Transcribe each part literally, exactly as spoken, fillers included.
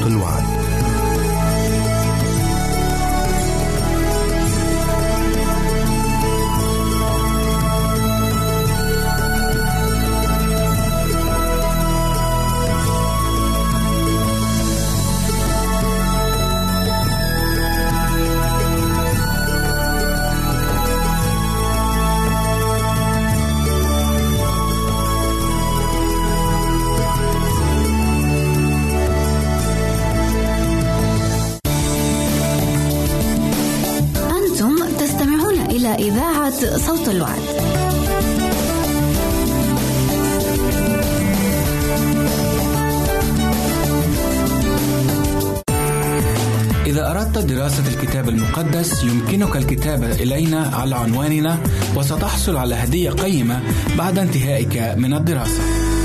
الوعد. إذاعة صوت الوعد. إذا أردت دراسة الكتاب المقدس يمكنك الكتابة إلينا على عنواننا، وستحصل على هدية قيمة بعد انتهائك من الدراسة.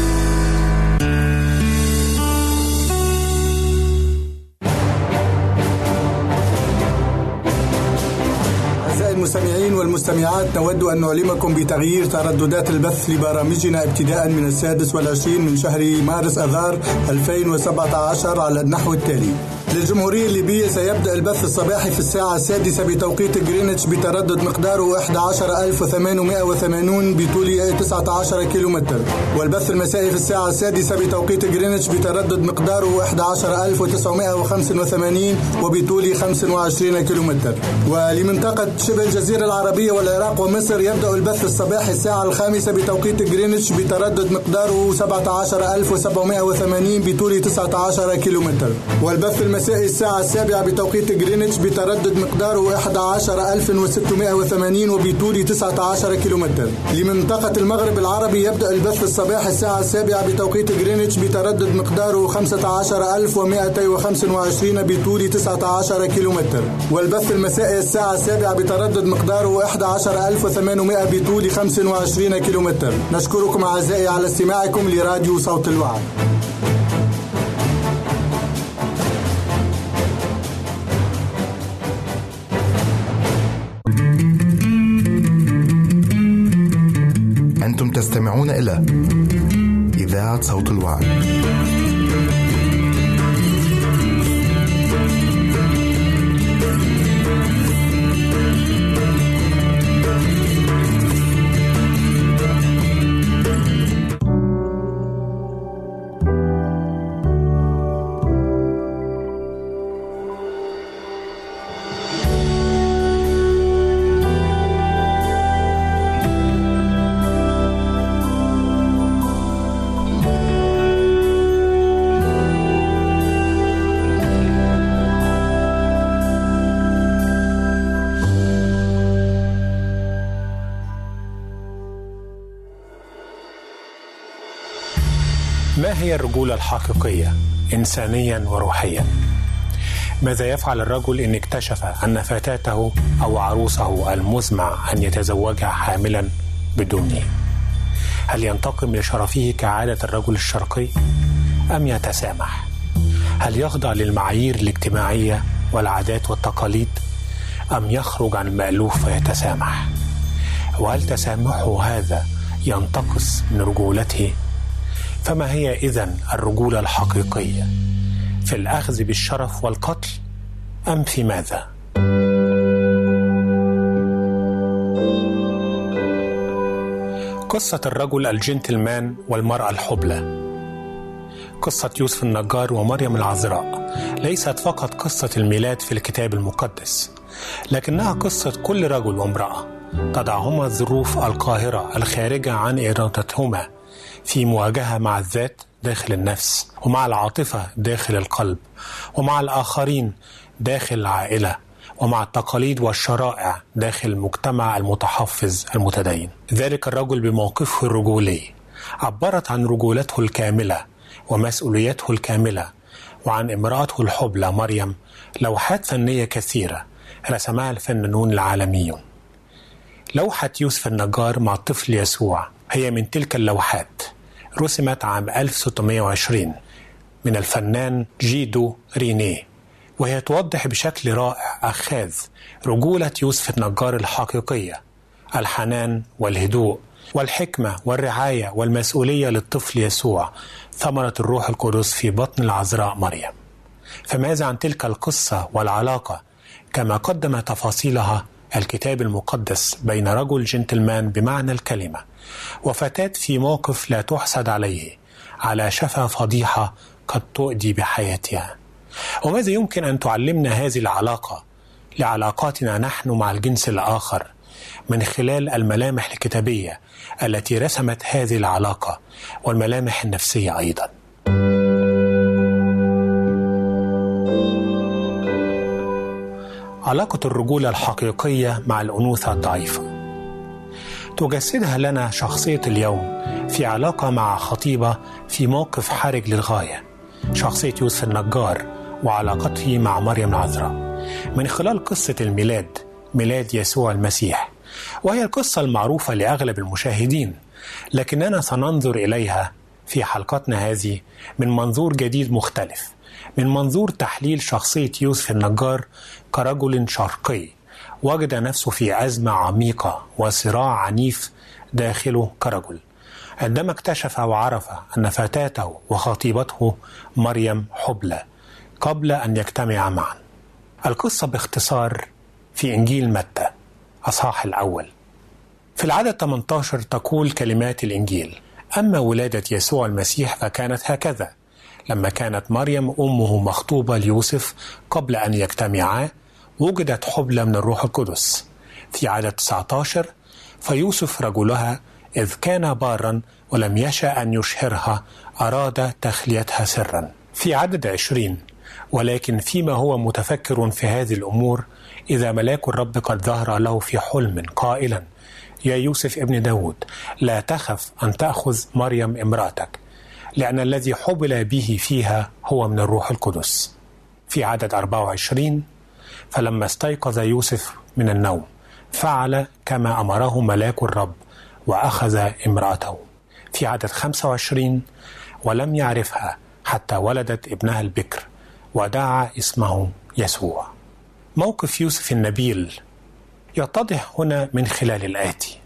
المستمعين والمستمعات، نود أن نعلمكم بتغيير ترددات البث لبرامجنا ابتداء من السادس والعشرين من شهر مارس أذار ألفين وسبعة عشر على النحو التالي: للجمهورية الليبية سيبدأ البث الصباحي في الساعة السادسة بتوقيت غرينتش بتردد مقداره أحد عشر ألف وثمانمائة وثمانين بطول تسعة عشر كيلومتر، والبث المسائي في الساعة السادسة بتوقيت غرينتش بتردد مقداره أحد عشر ألف وتسعمائة وخمسة وثمانين وبطول خمسة وعشرين كيلومتر. ولمنطقة شبه الجزيرة العربية والعراق ومصر يبدأ البث الصباحي الساعة الخامسة بتوقيت غرينتش بتردد مقداره سبعة عشر ألف وسبعمائة وثمانين بطول تسعة عشر كيلومتر، والبث المسائي الساعة السابعة بتوقيت غرينتش بتردد مقداره أحد عشر ألف وستمائة وثمانين وبطول تسعة عشر كيلومتر. لمنطقة المغرب العربي يبدأ البث الصباحي الساعة السابعة بتوقيت غرينتش بتردد مقداره خمسة عشر ألف ومائتين وخمسة وعشرين بطول تسعة عشر كيلومتر، والبث المسائي الساعة السابعة بتردد مقداره أحد عشر ألف وثمانمائة بطول خمسة وعشرين كيلومتر. نشكركم أعزائي على استماعكم لراديو صوت الوعد. أنتم تستمعون إلى إذاعة صوت الوعد. ما هي الرجولة الحقيقية إنسانيا وروحيا؟ ماذا يفعل الرجل إن اكتشف أن فتاته أو عروسه المزمع أن يتزوجها حاملا بدونه؟ هل ينتقم لشرفه كعادة الرجل الشرقي أم يتسامح؟ هل يخضع للمعايير الاجتماعية والعادات والتقاليد أم يخرج عن المألوف ويتسامح؟ وهل تسامحه هذا ينتقص من رجولته؟ فما هي إذن الرجولة الحقيقية؟ في الأخذ بالشرف والقتل أم في ماذا؟ قصة الرجل الجنتلمان والمرأة الحبلى. قصة يوسف النجار ومريم العذراء ليست فقط قصة الميلاد في الكتاب المقدس، لكنها قصة كل رجل وامرأة تضعهما الظروف القاهرة الخارجة عن إرادتهما في مواجهة مع الذات داخل النفس، ومع العاطفة داخل القلب، ومع الآخرين داخل العائلة، ومع التقاليد والشرائع داخل المجتمع المتحفظ المتدين. ذلك الرجل بموقفه الرجولي عبرت عن رجولته الكاملة ومسؤوليته الكاملة، وعن امرأته الحبلى مريم لوحات فنية كثيرة رسمها الفنانون العالميون. لوحة يوسف النجار مع الطفل يسوع هي من تلك اللوحات، رسمت عام ألف وستمائة وعشرين من الفنان جيدو رينيه، وهي توضح بشكل رائع أخاذ رجولة يوسف النجار الحقيقية، الحنان والهدوء والحكمة والرعاية والمسؤولية للطفل يسوع ثمرة الروح القدس في بطن العذراء مريم. فماذا عن تلك القصة والعلاقة كما قدم تفاصيلها الكتاب المقدس بين رجل جنتلمان بمعنى الكلمة وفتاة في موقف لا تحسد عليه على شفا فضيحة قد تؤدي بحياتها؟ وماذا يمكن أن تعلمنا هذه العلاقة لعلاقاتنا نحن مع الجنس الآخر من خلال الملامح الكتابية التي رسمت هذه العلاقة والملامح النفسية أيضا؟ علاقة الرجولة الحقيقية مع الأنوثة الضعيفة تجسدها لنا شخصية اليوم في علاقة مع خطيبة في موقف حرج للغاية، شخصية يوسف النجار وعلاقته مع مريم العذراء من خلال قصة الميلاد، ميلاد يسوع المسيح، وهي القصة المعروفة لأغلب المشاهدين، لكننا سننظر إليها في حلقتنا هذه من منظور جديد مختلف، من منظور تحليل شخصية يوسف النجار كرجل شرقي وجد نفسه في أزمة عميقة وصراع عنيف داخله كرجل، عندما اكتشف وعرف أن فتاته وخطيبته مريم حبلى قبل أن يجتمعا معا. القصة باختصار في إنجيل متى أصحاح الأول. في العدد ثمانية عشر تقول كلمات الإنجيل: أما ولادة يسوع المسيح فكانت هكذا: لما كانت مريم أمه مخطوبة ليوسف قبل أن يجتمعا وجدت حبلى من الروح القدس. في عدد تسعة عشر: فيوسف رجلها إذ كان بارا ولم يشأ أن يشهرها أراد تخليتها سرا. في عدد عشرين: ولكن فيما هو متفكر في هذه الأمور إذا ملاك الرب قد ظهر له في حلم قائلا: يا يوسف ابن داود لا تخف أن تأخذ مريم امرأتك لأن الذي حبل به فيها هو من الروح القدس. في عدد أربعة وعشرين: فلما استيقظ يوسف من النوم فعل كما أمره ملاك الرب وأخذ امرأته. في عدد خمسة وعشرين: ولم يعرفها حتى ولدت ابنها البكر ودعا اسمه يسوع. موقف يوسف النبيل يتضح هنا من خلال الآتي: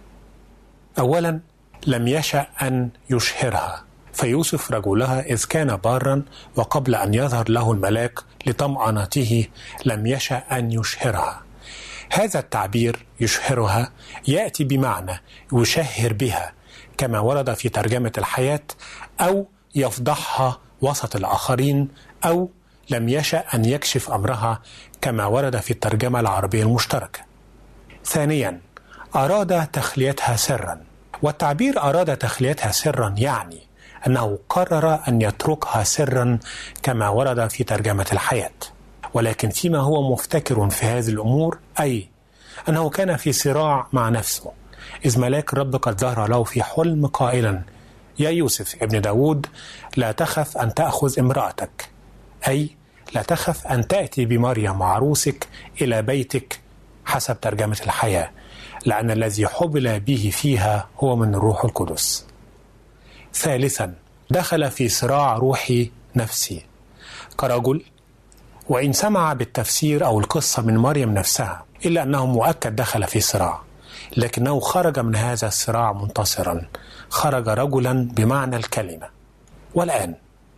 أولا، لم يشأ أن يشهرها، فيوسف رجلها إذ كان بارا وقبل أن يظهر له الملاك لطمأنته لم يشأ أن يشهرها. هذا التعبير يشهرها يأتي بمعنى يشهر بها كما ورد في ترجمة الحياة، أو يفضحها وسط الآخرين، أو لم يشأ أن يكشف أمرها كما ورد في الترجمة العربية المشتركة. ثانيا، أراد تخليتها سرا، والتعبير أراد تخليتها سرا يعني أنه قرر أن يتركها سرا كما ورد في ترجمة الحياة، ولكن فيما هو مفتكر في هذه الأمور، أي أنه كان في صراع مع نفسه إذ ملاك الرب قد ظهر له في حلم قائلا: يا يوسف ابن داود لا تخف أن تأخذ امرأتك، أي لا تخف أن تأتي بمريم عروسك إلى بيتك حسب ترجمة الحياة، لأن الذي حبل به فيها هو من الروح القدس. ثالثا، دخل في صراع روحي نفسي كرجل، وإن سمع بالتفسير أو القصة من مريم نفسها إلا أنه مؤكد دخل في صراع، لكنه خرج من هذا الصراع منتصرا، خرج رجلا بمعنى الكلمة. والآن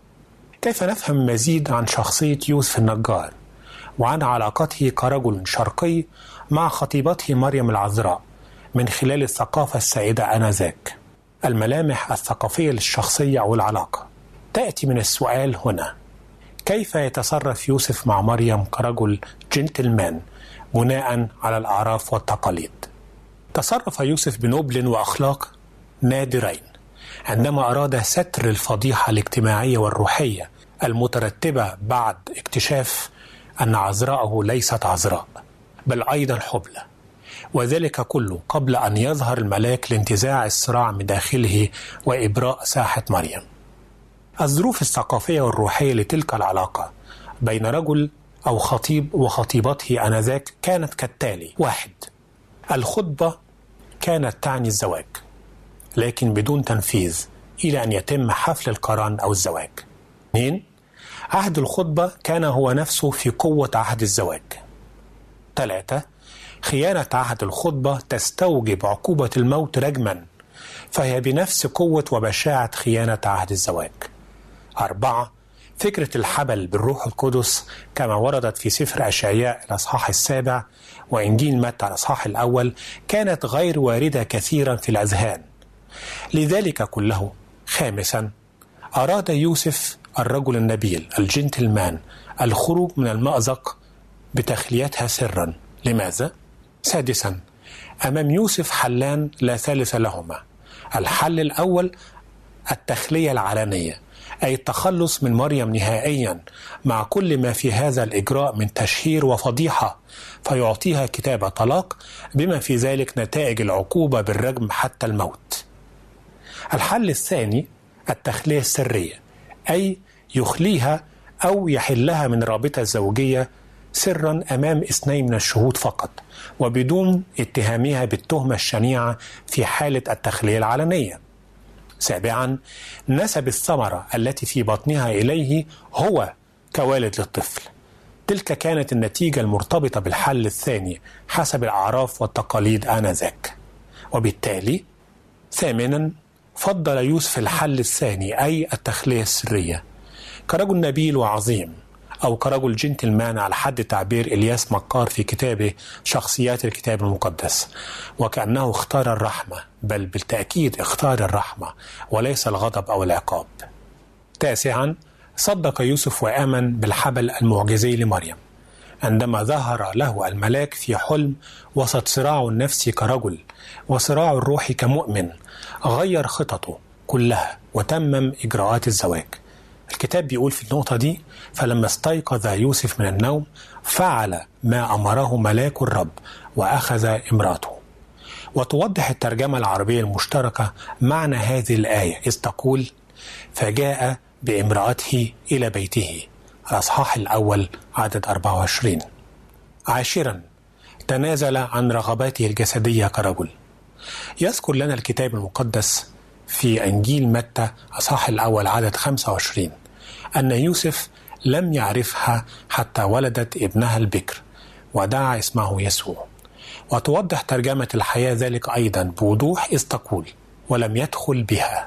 كيف نفهم مزيد عن شخصية يوسف النجار وعن علاقته كرجل شرقي مع خطيبته مريم العذراء من خلال الثقافة السائدة آنذاك؟ الملامح الثقافية للشخصية أو العلاقة تأتي من السؤال هنا: كيف يتصرف يوسف مع مريم كرجل جنتلمان بناء على الأعراف والتقاليد؟ تصرف يوسف بنبل وأخلاق نادرين عندما أراد ستر الفضيحة الاجتماعية والروحية المترتبة بعد اكتشاف أن عذراءه ليست عذراء بل أيضا حبلى، وذلك كله قبل أن يظهر الملاك لانتزاع الصراع من داخله وإبراء ساحة مريم. الظروف الثقافية والروحية لتلك العلاقة بين رجل أو خطيب وخطيبته آنذاك كانت كالتالي: واحد، الخطبة كانت تعني الزواج لكن بدون تنفيذ إلى أن يتم حفل القران أو الزواج. اثنين، عهد الخطبة كان هو نفسه في قوة عهد الزواج. ثلاثة، خيانة عهد الخطبة تستوجب عقوبة الموت رجما، فهي بنفس قوة وبشاعة خيانة عهد الزواج. أربعة، فكرة الحبل بالروح القدس كما وردت في سفر أشعياء الأصحاح السابع وإنجيل متى الأصحاح الأول كانت غير واردة كثيرا في الأذهان. لذلك كله خامسا أراد يوسف الرجل النبيل الجنتلمان الخروج من المأزق بتخليتها سرا. لماذا؟ سادسا أمام يوسف حلان لا ثالث لهما. الحل الأول التخلية العلنية، أي التخلص من مريم نهائيا مع كل ما في هذا الإجراء من تشهير وفضيحة، فيعطيها كتاب طلاق بما في ذلك نتائج العقوبة بالرجم حتى الموت. الحل الثاني التخلية السرية، أي يخليها أو يحلها من رابطة زوجية سرا أمام اثنين من الشهود فقط وبدون اتهامها بالتهمة الشنيعة في حالة التخلية العلنية. سابعا نسب الثمرة التي في بطنها إليه هو كوالد للطفل. تلك كانت النتيجة المرتبطة بالحل الثاني حسب الأعراف والتقاليد آنذاك. وبالتالي ثامنا فضل يوسف الحل الثاني أي التخلية السرية كرجل نبيل وعظيم، أو كرجل جنتلمان على حد تعبير إلياس مكار في كتابه شخصيات الكتاب المقدس، وكأنه اختار الرحمة، بل بالتأكيد اختار الرحمة وليس الغضب أو العقاب. تاسعا صدق يوسف وآمن بالحبل المعجزي لمريم عندما ظهر له الملاك في حلم وسط صراعه النفسي كرجل وصراعه الروحي كمؤمن. غير خططه كلها وتمم إجراءات الزواج. الكتاب بيقول في النقطة دي: فلما استيقظ يوسف من النوم فعل ما أمره ملاك الرب وأخذ امراته. وتوضح الترجمة العربية المشتركة معنى هذه الآية إذ تقول: فجاء بامرأته إلى بيته، الأصحاح الأول عدد أربعة وعشرين. عاشرا تنازل عن رغباته الجسدية كرجل. يذكر لنا الكتاب المقدس في إنجيل متى أصحاح الأول عدد خمسة وعشرين أن يوسف لم يعرفها حتى ولدت ابنها البكر ودعا اسمه يسوع. وتوضح ترجمة الحياة ذلك أيضا بوضوح إذ تقول: ولم يدخل بها.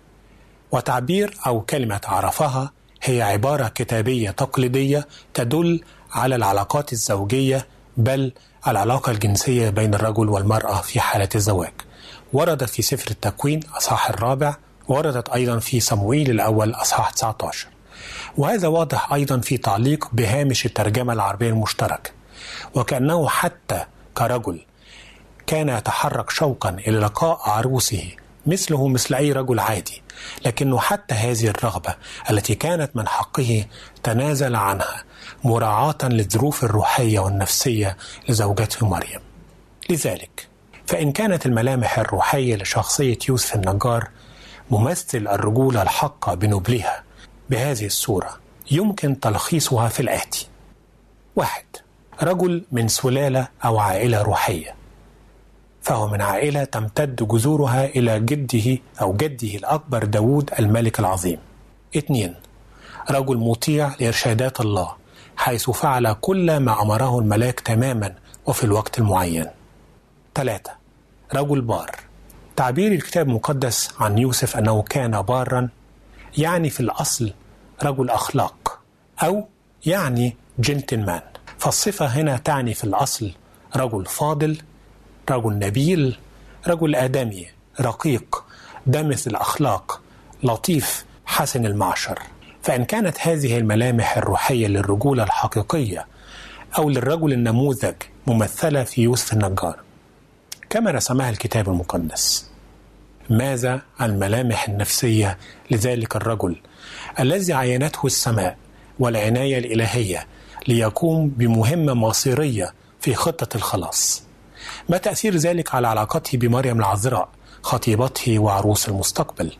وتعبير أو كلمة عرفها هي عبارة كتابية تقليدية تدل على العلاقات الزوجية، بل العلاقة الجنسية بين الرجل والمرأة في حالة الزواج. وردت في سفر التكوين أصحاح الرابع، وردت أيضا في صموئيل الأول أصحاح تسعة عشر. وهذا واضح أيضا في تعليق بهامش الترجمة العربية المشتركة. وكأنه حتى كرجل كان يتحرك شوقا إلى لقاء عروسه مثله مثل أي رجل عادي، لكنه حتى هذه الرغبة التي كانت من حقه تنازل عنها مراعاة للظروف الروحية والنفسية لزوجته مريم. لذلك فإن كانت الملامح الروحية لشخصية يوسف النجار ممثل الرجولة الحقة بنبلها بهذه الصورة، يمكن تلخيصها في الآتي: واحد، رجل من سلالة أو عائلة روحية، فهو من عائلة تمتد جذورها إلى جده أو جده الأكبر داود الملك العظيم. اثنين، رجل مطيع لإرشادات الله حيث فعل كل ما أمره الملاك تماما وفي الوقت المعين. ثلاثة، رجل بار. تعبير الكتاب المقدس عن يوسف أنه كان بارا يعني في الأصل رجل أخلاق أو يعني جنتلمان، فالصفة هنا تعني في الأصل رجل فاضل، رجل نبيل، رجل آدمي رقيق دامث الأخلاق، لطيف حسن المعشر. فإن كانت هذه الملامح الروحية للرجولة الحقيقية أو للرجل النموذج ممثلة في يوسف النجار كما رسمها الكتاب المقدس، ماذا عن الملامح النفسية لذلك الرجل الذي عينته السماء والعناية الإلهية ليقوم بمهمة مصيرية في خطة الخلاص؟ ما تأثير ذلك على علاقته بمريم العذراء خطيبته وعروس المستقبل؟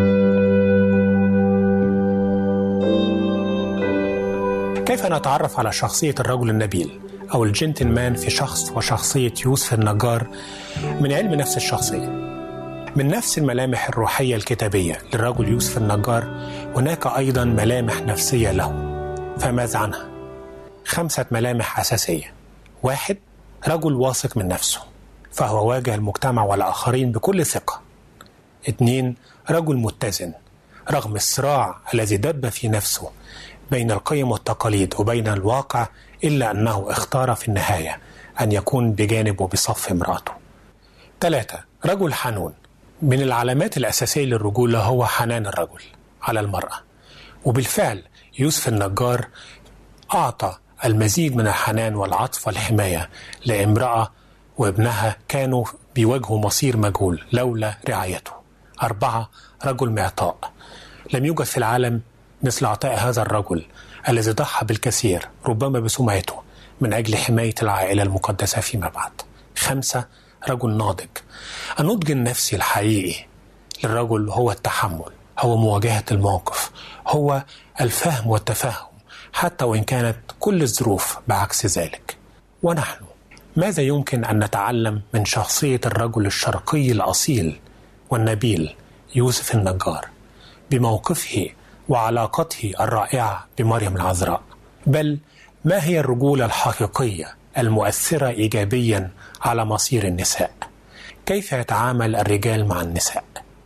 كيف نتعرف على شخصية الرجل النبيل أو الجنتلمان في شخص وشخصية يوسف النجار من علم نفس الشخصية؟ من نفس الملامح الروحية الكتابية للرجل يوسف النجار هناك أيضا ملامح نفسية له، فماذا عنها؟ خمسة ملامح أساسية. واحد، رجل واثق من نفسه فهو واجه المجتمع والآخرين بكل ثقة. اثنين، رجل متزن رغم الصراع الذي دب في نفسه بين القيم والتقاليد وبين الواقع، إلا أنه اختار في النهاية أن يكون بجانب وبصف امرأته. ثلاثة، رجل حنون. من العلامات الأساسية للرجولة هو حنان الرجل على المرأة، وبالفعل يوسف النجار أعطى المزيد من الحنان والعطف والحماية لامرأة وابنها كانوا بيواجهوا مصير مجهول لولا رعايته. أربعة، رجل معطاء. لم يوجد في العالم مثل عطاء هذا الرجل الذي ضحى بالكثير ربما بسمعته من أجل حماية العائلة المقدسة فيما بعد. خمسة، رجل ناضج. النضج النفسي الحقيقي للرجل هو التحمل، هو مواجهة الموقف، هو الفهم والتفهم حتى وإن كانت كل الظروف بعكس ذلك. ونحن ماذا يمكن أن نتعلم من شخصية الرجل الشرقي الأصيل والنبيل يوسف النجار بموقفه وعلاقته الرائعة بمريم العذراء؟ بل ما هي الرجولة الحقيقية المؤثرة إيجابيا على مصير النساء؟ كيف يتعامل الرجال مع النساء؟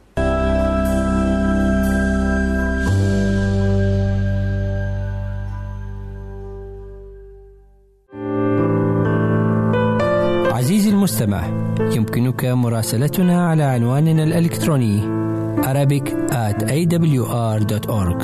عزيزي المستمع، يمكنك مراسلتنا على عنواننا الإلكتروني arabic at a w r dot org.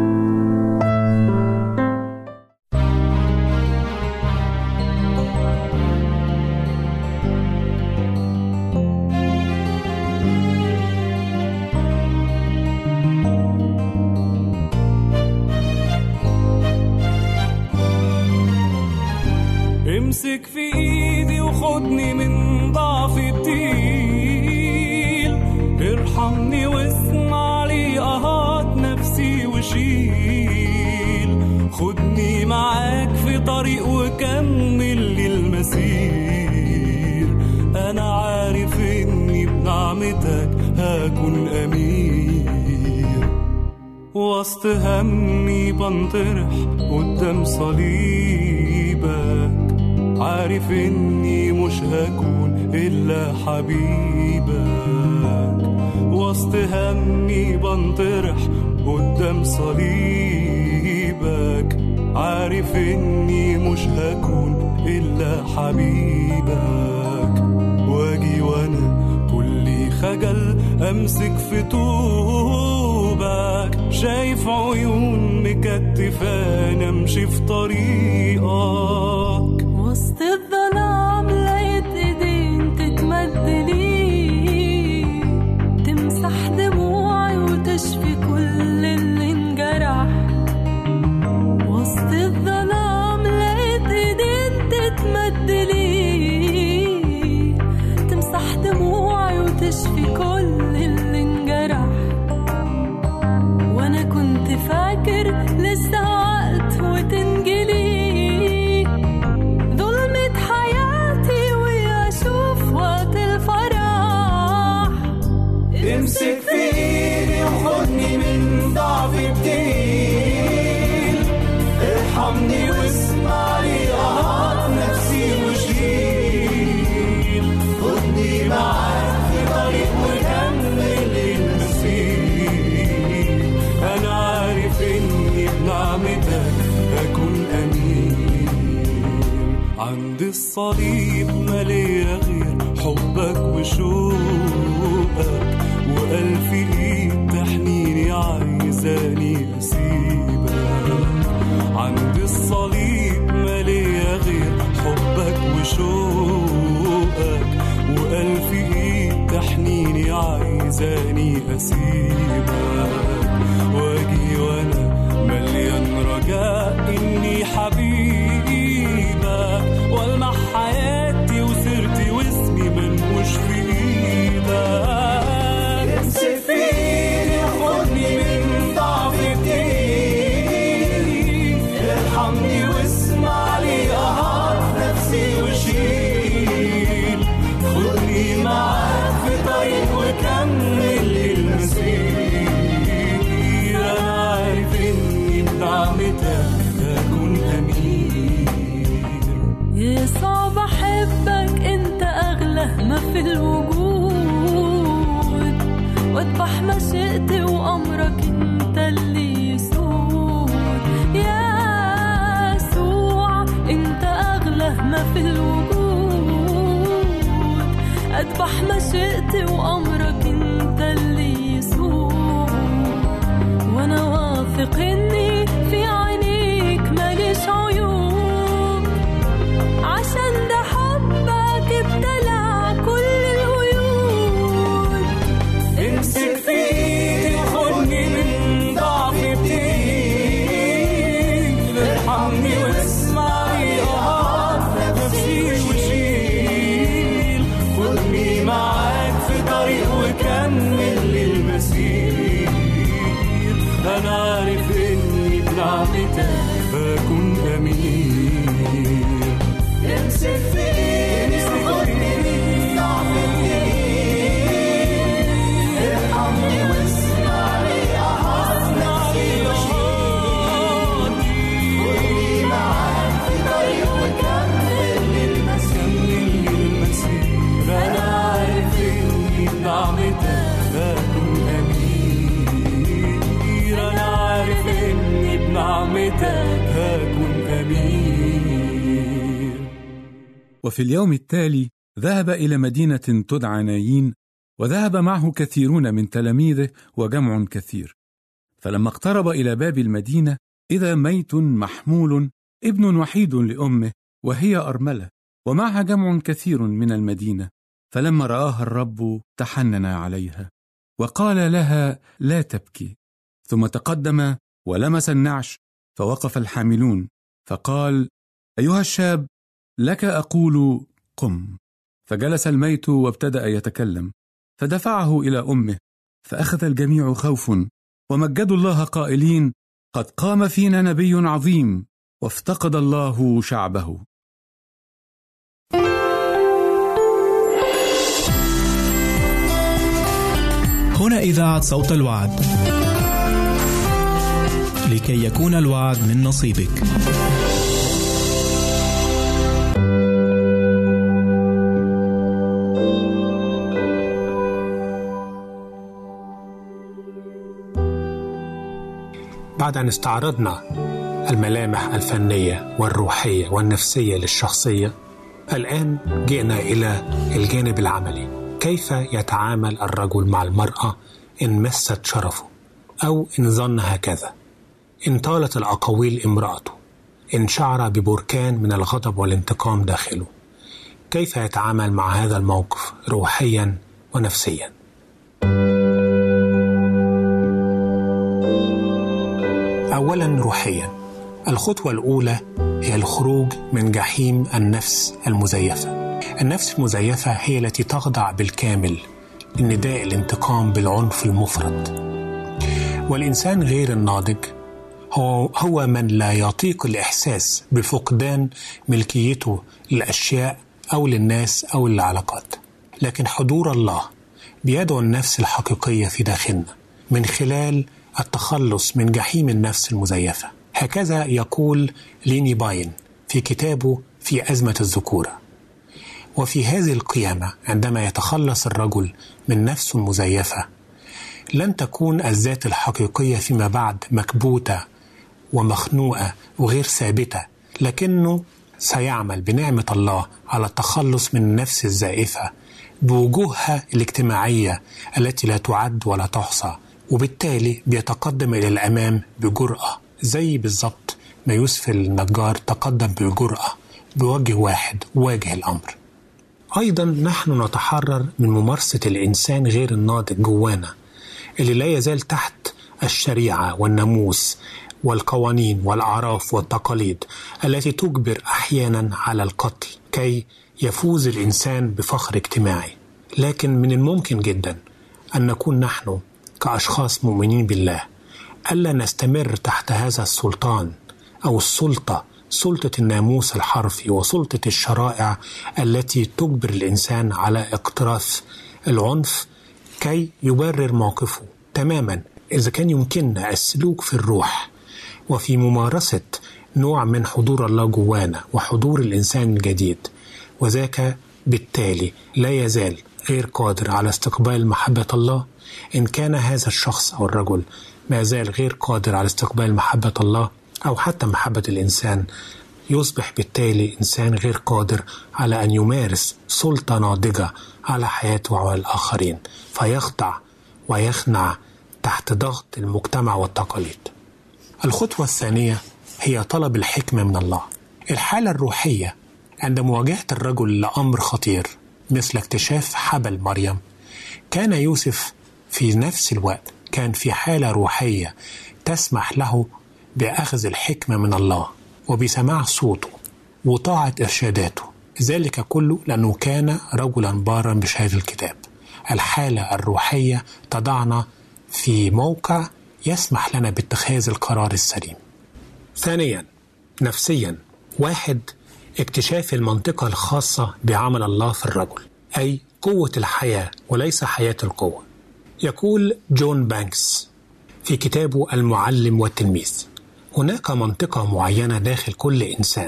امسك في ايدي وخدني من ضعفي التقيل، ارحمني واسمع لي اهات نفسي وشيل، خدني معاك في طريق وكمل لي المسير، انا عارف اني بنعمتك هكون امير، وسط همي بنطرح قدام صليبك، عارف اني مش هكون الا حبيبك، وسط همي بنطرح قدام صليبك، عارف اني مش هكون الا حبيبك، واجي وانا كلي خجل امسك في طوبك، شايف عيون مكتفاني امشي في طريقك، وسط الظلام لقيت ايدين تتمد لي، تمسح دموعي وتشفي كل اللي انجرح، وسط الظلام لقيت ايدين تتمد لي، تمسح دموعي وتشفي كل اللي انجرح، وانا كنت فاكر لسه وقت وتنجلي امسك في ايدي وخدني من ضعفي بتقيل، ارحمني واسمع لي اهات نفسي وشيل، خدني معاك في طريق وكمل المسير، انا عارف اني بنعمتك هكون امين، عند الصليب مالية غير حبك وشوقك، وألف إيد تحنيني عايزاني أسيبك، عند الصليب مالية غير حبك وشوقك، وألف إيد تحنيني عايزاني أسيبك، واجي وأنا مليان رجاء إني حبيبك، والمح حياتي وسيرتي واسمي منقوش في إيدك، امسك في ايدي وخدني من ضعفي بتقيل، ارحمني واسمع لي اهات نفسي وشيل، خدني معاك في طريق وكمل المسير، انا عارف اني بنعمتك هكون امير، يسوع بحبك انت اغلى ما في الوجود، واذبح مشيئتي وامرك اطرح ما شئت وأمرك انت اللي يسوق، وانا واثق اني في عينيك ماليش عيوب، عشان ده حبك ابتلع كل القيود. امسك فيني وخدني من ضعف بتين، ارحمني واسمعي اهات نفسي وشيل، خدني معاك في طريق وكمل للمسير. انا عارف اني بنعمتك هكون امين. امسك فيني وخدني من ضعف بتين، ارحمني واسمعي اهات نفسي وشيل، خدني معاك في طريق وكمل للمسير. انا عارف اني بنعمتك هكون امين. انا عارف اني بنعمتك هكون امين. وفي اليوم التالي ذهب إلى مدينة تدعى نايين، وذهب معه كثيرون من تلاميذه وجمع كثير. فلما اقترب إلى باب المدينة إذا ميت محمول ابن وحيد لأمه وهي أرملة، ومعها جمع كثير من المدينة. فلما رآها الرب تحنن عليها وقال لها لا تبكي. ثم تقدم ولمس النعش فوقف الحاملون، فقال أيها الشاب لك أقول قم. فجلس الميت وابتدأ يتكلم، فدفعه إلى أمه، فأخذ الجميع خوف ومجدوا الله قائلين قد قام فينا نبي عظيم، وافتقد الله شعبه. هنا إذاعة صوت الوعد، لكي يكون الوعد من نصيبك. بعد أن استعرضنا الملامح الفنية والروحية والنفسية للشخصية، الآن جئنا إلى الجانب العملي. كيف يتعامل الرجل مع المرأة إن مست شرفه، أو إن ظن هكذا، إن طالت الأقاويل امرأته، إن شعر ببركان من الغضب والانتقام داخله؟ كيف يتعامل مع هذا الموقف روحيا ونفسيا؟ أولا روحيا، الخطوة الأولى هي الخروج من جحيم النفس المزيفة. النفس المزيفة هي التي تخضع بالكامل لنداء الانتقام بالعنف المفرط. والإنسان غير الناضج هو, هو من لا يطيق الإحساس بفقدان ملكيته للأشياء أو للناس أو للعلاقات، لكن حضور الله بيدعو النفس الحقيقية في داخلنا من خلال التخلص من جحيم النفس المزيفة. هكذا يقول ليني باين في كتابه في أزمة الذكورة. وفي هذه القيامة عندما يتخلص الرجل من نفسه المزيفة، لن تكون الذات الحقيقية فيما بعد مكبوتة ومخنوقة وغير ثابتة، لكنه سيعمل بنعمة الله على التخلص من النفس الزائفة بوجوهها الاجتماعية التي لا تعد ولا تحصى، وبالتالي بيتقدم إلى الأمام بجرأة، زي بالضبط ما يوسف النجار تقدم بجرأة بوجه واحد واجه الأمر. أيضا نحن نتحرر من ممارسة الإنسان غير الناضج جوانا اللي لا يزال تحت الشريعة والناموس والقوانين والأعراف والتقاليد التي تجبر أحيانا على القتل كي يفوز الإنسان بفخر اجتماعي. لكن من الممكن جدا أن نكون نحن كأشخاص مؤمنين بالله ألا نستمر تحت هذا السلطان أو السلطة، سلطة الناموس الحرفي وسلطة الشرائع التي تجبر الإنسان على اقتراف العنف كي يبرر موقفه تماما. إذا كان يمكننا السلوك في الروح وفي ممارسة نوع من حضور الله جوانا وحضور الإنسان الجديد، وذاك بالتالي لا يزال غير قادر على استقبال محبة الله. إن كان هذا الشخص أو الرجل ما زال غير قادر على استقبال محبة الله أو حتى محبة الإنسان، يصبح بالتالي إنسان غير قادر على أن يمارس سلطة ناضجة على حياته وعلى الآخرين، فيخضع ويخنع تحت ضغط المجتمع والتقاليد. الخطوة الثانية هي طلب الحكمة من الله. الحالة الروحية عند مواجهة الرجل لأمر خطير مثل اكتشاف حبل مريم، كان يوسف في نفس الوقت كان في حالة روحية تسمح له بأخذ الحكمة من الله وبسماع صوته وطاعة إرشاداته، ذلك كله لأنه كان رجلا بارا بشهادة الكتاب. الحالة الروحية تضعنا في موقع يسمح لنا باتخاذ القرار السليم. ثانيا نفسيا، واحد اكتشاف المنطقة الخاصة بعمل الله في الرجل، أي قوة الحياة وليس حياة القوة. يقول جون بانكس في كتابه المعلم والتلميذ: هناك منطقة معينة داخل كل إنسان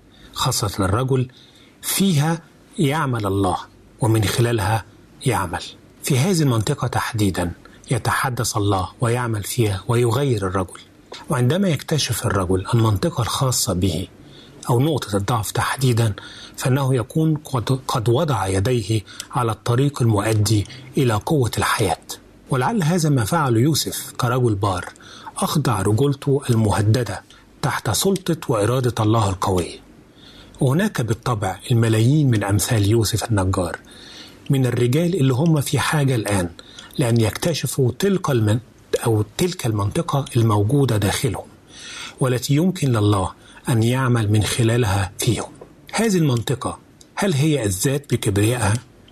خاصة الرجل فيها يعمل الله ومن خلالها يعمل. في هذه المنطقة تحديدا يتحدث الله ويعمل فيها ويغير الرجل. وعندما يكتشف الرجل المنطقة الخاصة به أو نقطة الضعف تحديدا، فإنه يكون قد وضع يديه على الطريق المؤدي إلى قوة الحياة. ولعل هذا ما فعل يوسف كرجل بار، أخضع رجولته المهددة تحت سلطة وإرادة الله القوية. وهناك بالطبع الملايين من أمثال يوسف النجار من الرجال اللي هم في حاجة الآن لأن يكتشفوا تلك المن أو تلك المنطقة الموجودة داخلهم والتي يمكن لله أن يعمل من خلالها فيهم. هذه المنطقة هل هي الذات بكبريائها؟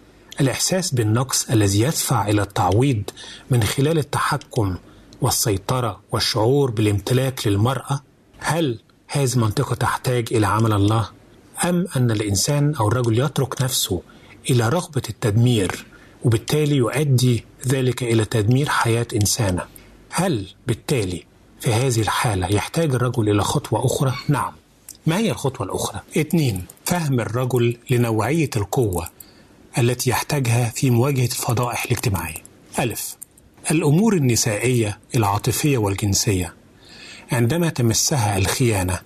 الإحساس بالنقص الذي يدفع إلى التعويض من خلال التحكم والسيطرة والشعور بالامتلاك للمرأة؟ هل هذه المنطقة تحتاج إلى عمل الله؟ أم أن الإنسان أو الرجل يترك نفسه إلى رغبة التدمير وبالتالي يؤدي ذلك إلى تدمير حياة إنسانة؟ هل بالتالي في هذه الحالة يحتاج الرجل إلى خطوة أخرى؟ نعم. ما هي الخطوة الأخرى؟ اثنين، فهم الرجل لنوعية القوة التي يحتاجها في مواجهة الفضائح الاجتماعية. ألف، الأمور النسائية العاطفية والجنسية عندما تمسها الخيانة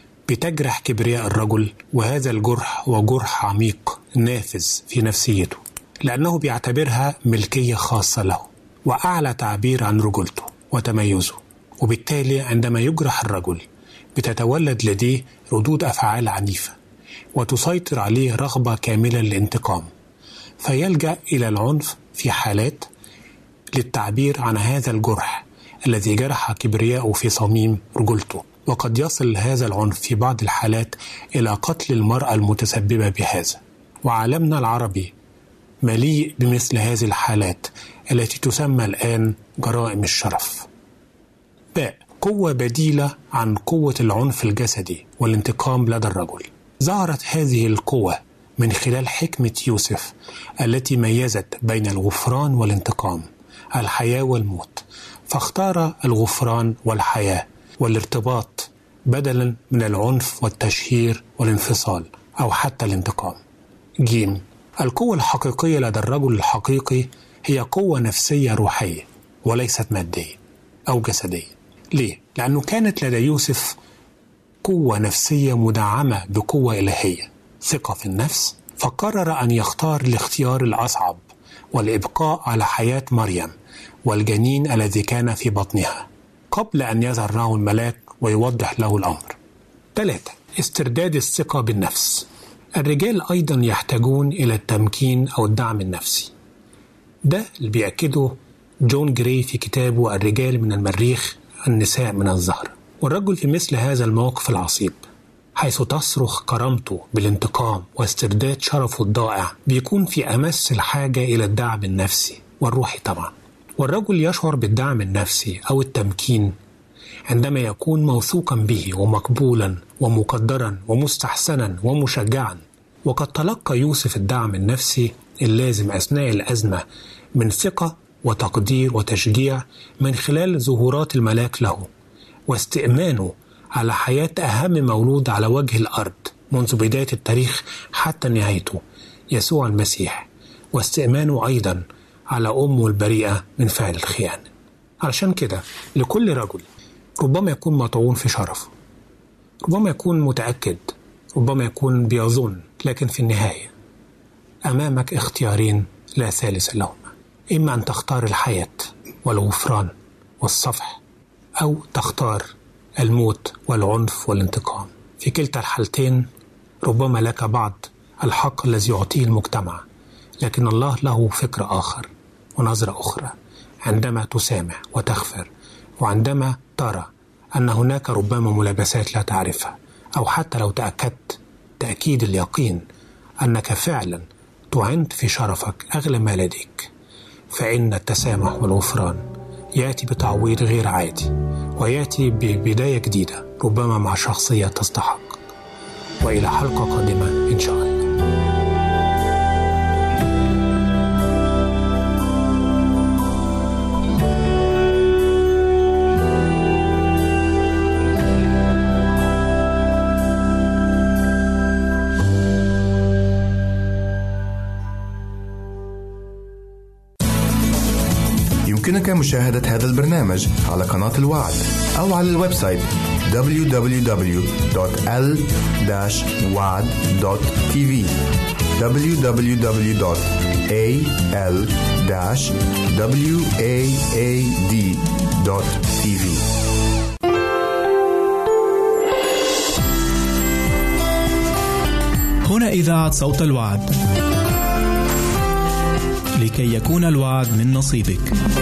بتجرح كبرياء الرجل، وهذا الجرح هو جرح عميق نافذ في نفسيته لأنه بيعتبرها ملكية خاصة له وأعلى تعبير عن رجولته وتميزه. وبالتالي عندما يجرح الرجل بتتولد لديه ردود أفعال عنيفة وتسيطر عليه رغبة كاملة للانتقام، فيلجأ إلى العنف في حالات للتعبير عن هذا الجرح الذي جرح كبرياءه في صميم رجولته. وقد يصل هذا العنف في بعض الحالات إلى قتل المرأة المتسببة بهذا. وعالمنا العربي مليء بمثل هذه الحالات التي تسمى الآن جرائم الشرف. باء، قوة بديلة عن قوة العنف الجسدي والانتقام لدى الرجل. ظهرت هذه القوة من خلال حكمة يوسف التي ميزت بين الغفران والانتقام، الحياة والموت، فاختار الغفران والحياة والارتباط بدلا من العنف والتشهير والانفصال أو حتى الانتقام. جيم، القوة الحقيقية لدى الرجل الحقيقي هي قوة نفسية روحية وليست مادية أو جسدية. ليه؟ لأنه كانت لدى يوسف قوة نفسية مدعمة بقوة إلهية، ثقة في النفس، فقرر أن يختار الاختيار الأصعب والإبقاء على حياة مريم والجنين الذي كان في بطنها قبل أن يظهر له الملاك ويوضح له الأمر. ثلاثة، استرداد الثقة بالنفس. الرجال أيضا يحتاجون إلى التمكين أو الدعم النفسي. ده اللي بيأكده جون جراي في كتابه الرجال من المريخ النساء من الزهر. والرجل في مثل هذا الموقف العصيب حيث تصرخ كرامته بالانتقام واسترداد شرفه الضائع بيكون في أمس الحاجة إلى الدعم النفسي والروحي طبعا. والرجل يشعر بالدعم النفسي أو التمكين عندما يكون موثوقا به ومقبولا ومقدرا ومستحسنا ومشجعا. وقد تلقى يوسف الدعم النفسي اللازم أثناء الأزمة من ثقة وتقدير وتشجيع من خلال ظهورات الملاك له واستئمانه على حياة أهم مولود على وجه الأرض منذ بداية التاريخ حتى نهايته، يسوع المسيح، واستئمانه أيضا على أمه البريئة من فعل الخيانة. علشان كده لكل رجل ربما يكون مطعون في شرفه، ربما يكون متأكد ربما يكون بيظن، لكن في النهاية أمامك اختيارين لا ثالث لهما، إما أن تختار الحياة والغفران والصفح، أو تختار الموت والعنف والانتقام. في كلتا الحالتين ربما لك بعض الحق الذي يعطيه المجتمع، لكن الله له فكرة آخر ونظرة أخرى عندما تسامح وتغفر، وعندما ترى أن هناك ربما ملابسات لا تعرفها، أو حتى لو تأكدت تأكيد اليقين أنك فعلا تعنت في شرفك أغلى ما لديك، فإن التسامح والغفران يأتي بتعويض غير عادي، ويأتي ببداية جديدة ربما مع شخصية تستحق. وإلى حلقة قادمة إن شاء الله. يمكنك مشاهدة هذا البرنامج على قناة الوعد أو على الويب سايت دبليو دبليو دبليو دوت إل وعد دوت تي في دبليو دبليو دبليو دوت إل واد دوت تي في. هنا إذاعة صوت الوعد، لكي يكون الوعد من نصيبك.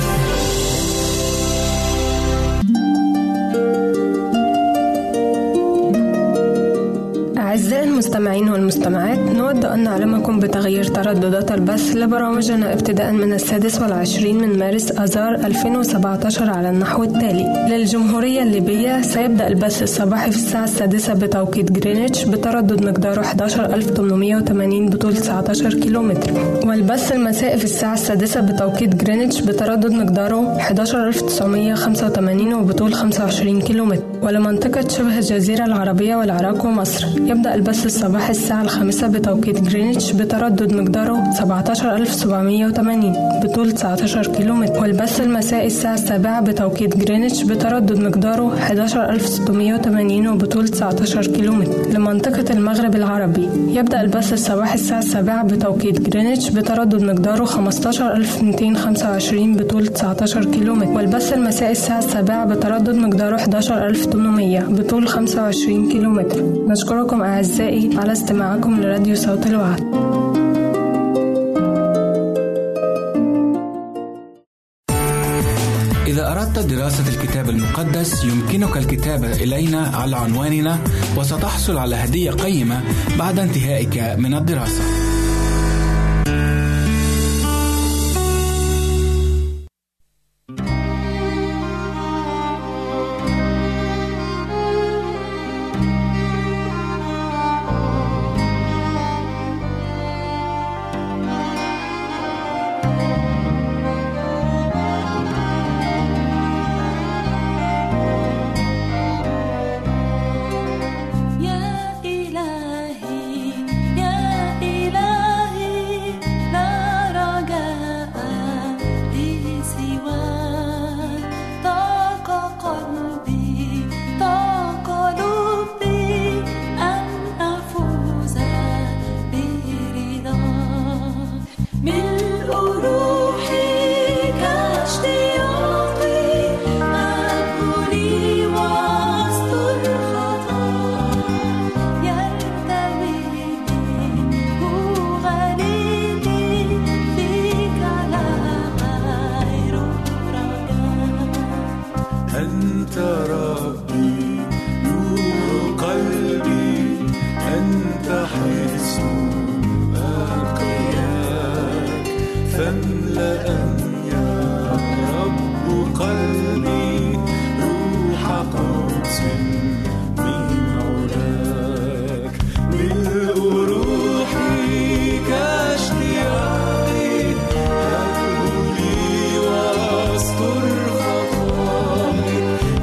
أعزائي المستمعين والمستمعات، نود أن نعلمكم بتغيير ترددات البث لبرامجنا ابتداء من السادس والعشرين من مارس آذار ألفين وسبعة عشر على النحو التالي: للجمهورية الليبية سيبدأ البث الصباحي في الساعة السادسة بتوقيت جرينتش بتردد مقداره أحد عشر ألف وثمانمائة وثمانين بطول تسعة عشر كيلومتر، والبث المسائي في الساعة السادسة بتوقيت جرينتش بتردد مقداره أحد عشر ألف وتسعمائة وخمسة وثمانين وبطول خمسة وعشرين كيلومتر. ولمنطقة شبه الجزيرة العربية والعراق ومصر يبدأ البث الصباحي الساعة الخامسة بتوقيت جرينتش بتردد مقداره سبعة عشر ألف وسبعمائة وثمانين بطول تسعة عشر كيلومتر، والبث المسائي الساعة السابعة بتوقيت جرينتش بتردد مقداره أحد عشر ألف وستمائة وثمانين وبطول تسعة عشر كيلومتر. لمنطقة المغرب العربي يبدأ البث الصباحي الساعة السابعة بتوقيت جرينتش بتردد مقداره خمسة عشر ألف ومئتين وخمسة وعشرين بطول تسعة عشر كيلومتر، والبث المسائي الساعة السابعة بتردد مقداره أحد عشر ألف وثمانمائة بطول خمسة وعشرين كيلومتر. نشكركم أعزائي على استماعكم لراديو صوت الوعد. إذا أردت دراسة الكتاب المقدس يمكنك الكتابة إلينا على عنواننا، وستحصل على هدية قيمة بعد انتهائك من الدراسة.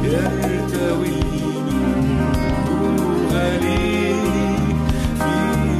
يرتويني هو غالي في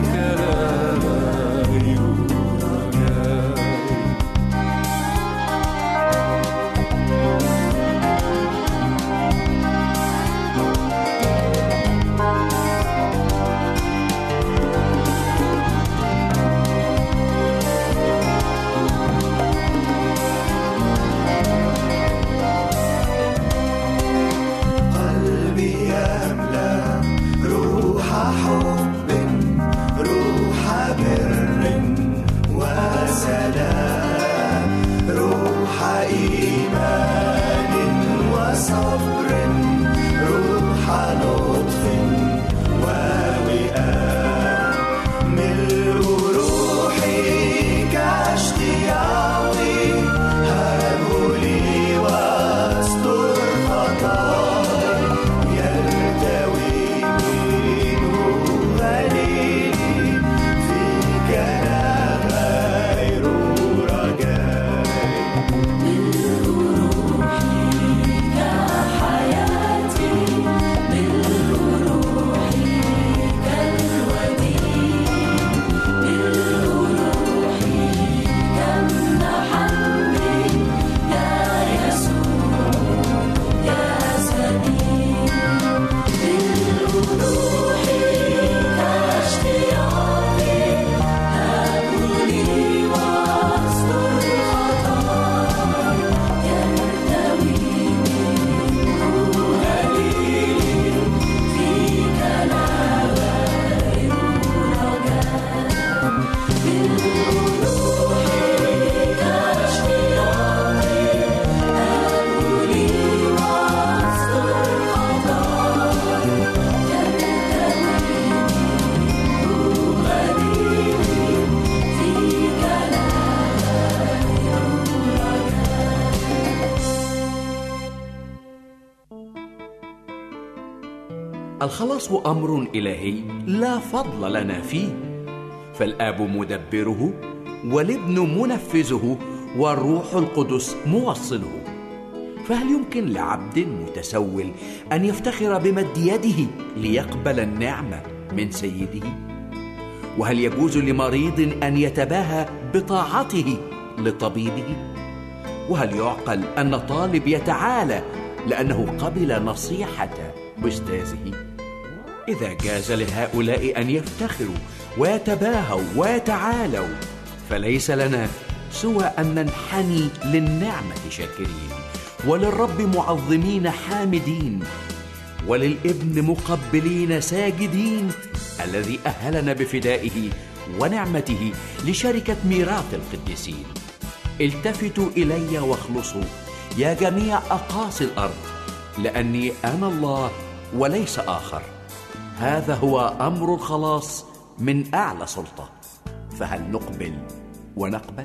الخلاص أمر إلهي لا فضل لنا فيه، فالآب مدبره والابن منفذه والروح القدس موصله. فهل يمكن لعبد متسول أن يفتخر بمد يده ليقبل النعمة من سيده؟ وهل يجوز لمريض أن يتباهى بطاعته لطبيبه؟ وهل يعقل أن طالب يتعالى لأنه قبل نصيحة أستاذه؟ إذا جاز لهؤلاء أن يفتخروا ويتباهوا ويتعالوا، فليس لنا سوى أن ننحني للنعمة شاكرين، وللرب معظمين حامدين، وللابن مقبلين ساجدين، الذي أهلنا بفدائه ونعمته لشركة ميراث القديسين. التفتوا إلي واخلصوا يا جميع أقاصي الأرض، لأني أنا الله وليس آخر. هذا هو أمر الخلاص من أعلى سلطة، فهل نقبل ونقبل؟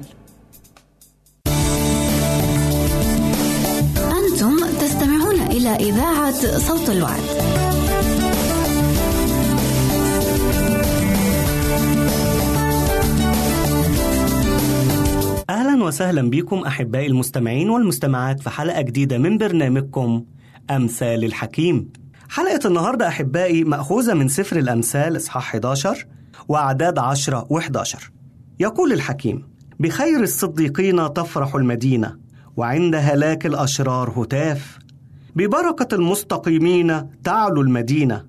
أنتم تستمعون إلى إذاعة صوت الوعد. أهلا وسهلا بكم أحبائي المستمعين والمستمعات في حلقة جديدة من برنامجكم أمثال الحكيم. حلقة النهاردة أحبائي مأخوذة من سفر الأمثال إصحاح إحدى عشر وأعداد عشرة وإحدى عشر. يقول الحكيم: بخير الصديقين تفرح المدينة، وعند هلاك الأشرار هتاف. ببركة المستقيمين تعلو المدينة،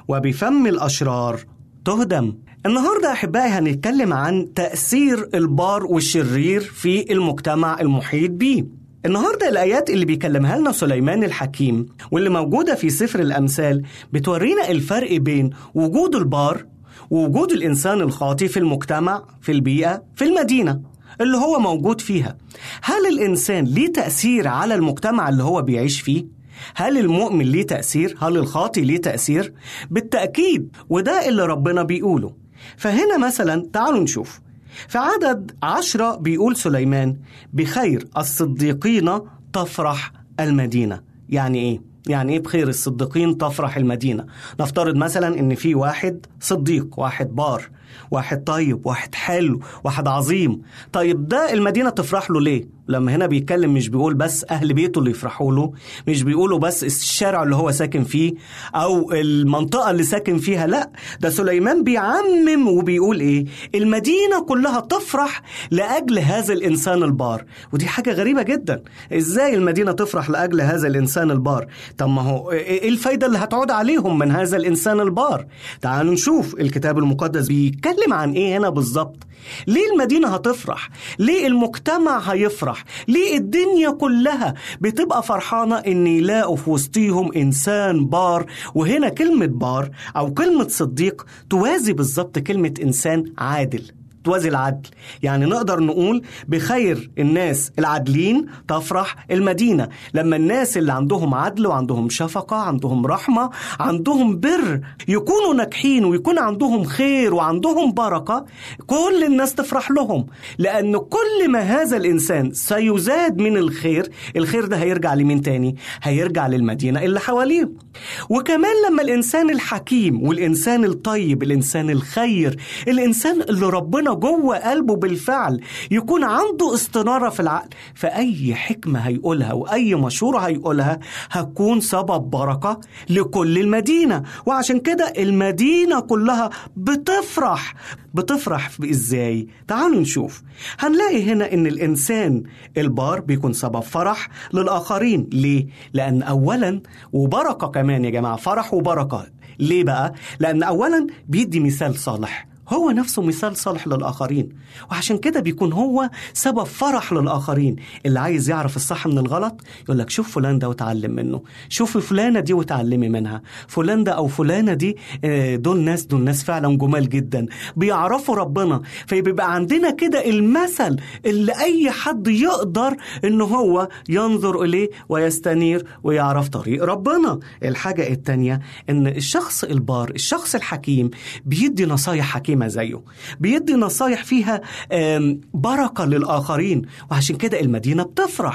وبفم الأشرار تهدم. النهاردة أحبائي هنتكلم عن تأثير البار والشرير في المجتمع المحيط بيه. النهاردة الآيات اللي بيكلمها لنا سليمان الحكيم واللي موجودة في سفر الأمثال بتورينا الفرق بين وجود البار ووجود الإنسان الخاطئ في المجتمع، في البيئة، في المدينة اللي هو موجود فيها. هل الإنسان ليه تأثير على المجتمع اللي هو بيعيش فيه؟ هل المؤمن ليه تأثير؟ هل الخاطئ ليه تأثير؟ بالتأكيد، وده اللي ربنا بيقوله. فهنا مثلا تعالوا نشوف في عدد عشرة بيقول سليمان: بخير الصديقين تفرح المدينة. يعني إيه؟ يعني إيه بخير الصديقين تفرح المدينة؟ نفترض مثلا إن في واحد صديق، واحد بار، واحد طيب، واحد حلو، واحد عظيم. طيب ده المدينة تفرح له ليه؟ لما هنا بيتكلم مش بيقول بس أهل بيته اللي يفرحوا له، مش بيقولوا بس الشارع اللي هو ساكن فيه أو المنطقة اللي ساكن فيها، لا، ده سليمان بيعمم وبيقول إيه؟ المدينة كلها تفرح لأجل هذا الإنسان البار. ودي حاجة غريبة جدا، إزاي المدينة تفرح لأجل هذا الإنسان البار؟ طب ما هو إيه الفايدة اللي هتعود عليهم من هذا الإنسان البار؟ تعالوا نشوف الكتاب المقدس بيتكلم عن إيه هنا بالظبط. ليه المدينة هتفرح؟ ليه المجتمع هيفرح؟ ليه الدنيا كلها بتبقى فرحانة إن يلاقوا في وسطيهم إنسان بار؟ وهنا كلمة بار أو كلمة صديق توازي بالظبط كلمة إنسان عادل، توازي العدل. يعني نقدر نقول بخير الناس العادلين تفرح المدينة. لما الناس اللي عندهم عدل وعندهم شفقة، عندهم رحمة، عندهم بر، يكونوا ناجحين ويكون عندهم خير وعندهم بركة، كل الناس تفرح لهم، لأن كل ما هذا الإنسان سيزاد من الخير، الخير ده هيرجع لمين تاني؟ هيرجع للمدينة اللي حواليه. وكمان لما الإنسان الحكيم والإنسان الطيب، الإنسان الخير، الإنسان اللي ربنا جوه قلبه بالفعل يكون عنده استنارة في العقل، فأي حكمة هيقولها وأي مشورة هيقولها هتكون سبب بركة لكل المدينة. وعشان كده المدينة كلها بتفرح. بتفرح إزاي؟ تعالوا نشوف. هنلاقي هنا إن الإنسان البار بيكون سبب فرح للآخرين. ليه؟ لأن أولا وبركة كمان يا جماعة، فرح وبركة. ليه بقى؟ لأن أولا بيدي مثال صالح، هو نفسه مثال صالح للآخرين، وعشان كده بيكون هو سبب فرح للآخرين. اللي عايز يعرف الصح من الغلط يقول لك شوف فلان ده وتعلم منه، شوف فلانة دي وتعلمي منها، فلان ده أو فلانة دي دول ناس دول ناس فعلا جمال جدا بيعرفوا ربنا. فيبقى عندنا كده المثل اللي أي حد يقدر إنه هو ينظر إليه ويستنير ويعرف طريق ربنا. الحاجة التانية إن الشخص البار، الشخص الحكيم بيدي نصايح حكيمة زيه، بيدي نصايح فيها بركة للآخرين، وعشان كده المدينة بتفرح.